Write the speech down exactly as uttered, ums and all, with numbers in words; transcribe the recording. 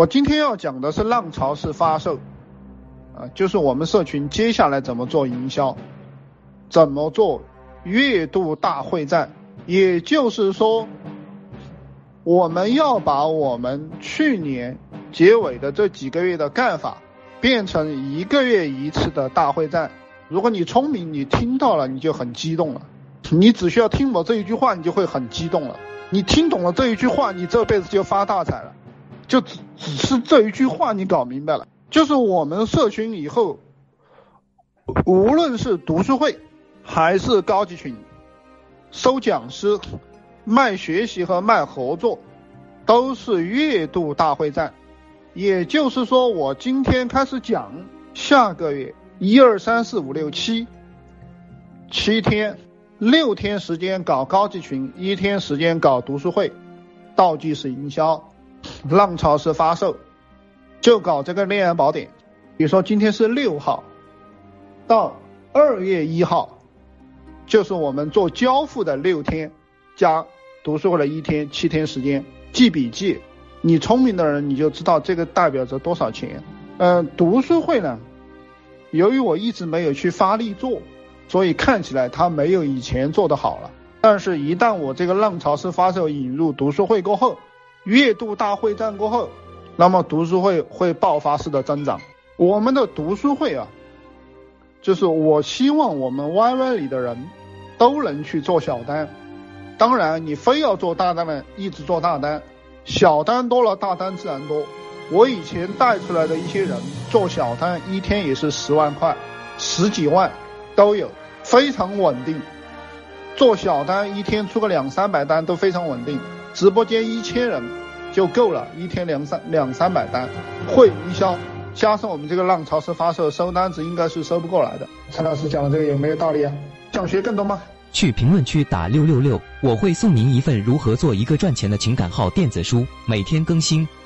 我今天要讲的是浪潮式发售，啊，就是我们社群接下来怎么做营销，怎么做月度大会战。也就是说，我们要把我们去年结尾的这几个月的干法变成一个月一次的大会战。如果你聪明，你听到了你就很激动了，你只需要听我这一句话你就会很激动了，你听懂了这一句话你这辈子就发大财了，就只只是这一句话你搞明白了。就是我们社群以后无论是读书会还是高级群，收讲师、卖学习和卖合作，都是月度大会战。也就是说，我今天开始讲，下个月一二三四五六七七天，六天时间搞高级群，一天时间搞读书会，倒计时营销，浪潮式发售，就搞这个恋爱宝典。比如说今天是六号到二月一号，就是我们做交付的六天加读书会的一天，七天时间。记笔记，你聪明的人你就知道这个代表着多少钱。呃，读书会呢，由于我一直没有去发力做，所以看起来它没有以前做得好了。但是一旦我这个浪潮式发售引入读书会过后，月度大会战过后，那么读书会会爆发式的增长。我们的读书会啊，就是我希望我们 Y Y 里的人都能去做小单。当然你非要做大单的一直做大单，小单多了大单自然多。我以前带出来的一些人做小单一天也是十万块十几万都有，非常稳定。做小单一天出个两三百单都非常稳定，直播间一千人就够了，一天两三两三百单。会营销加上我们这个浪潮式发售，收单子应该是收不过来的。陈老师讲的这个有没有道理啊？想学更多吗？ 去评论区打六六六，我会送您一份如何做一个赚钱的情感号电子书，每天更新。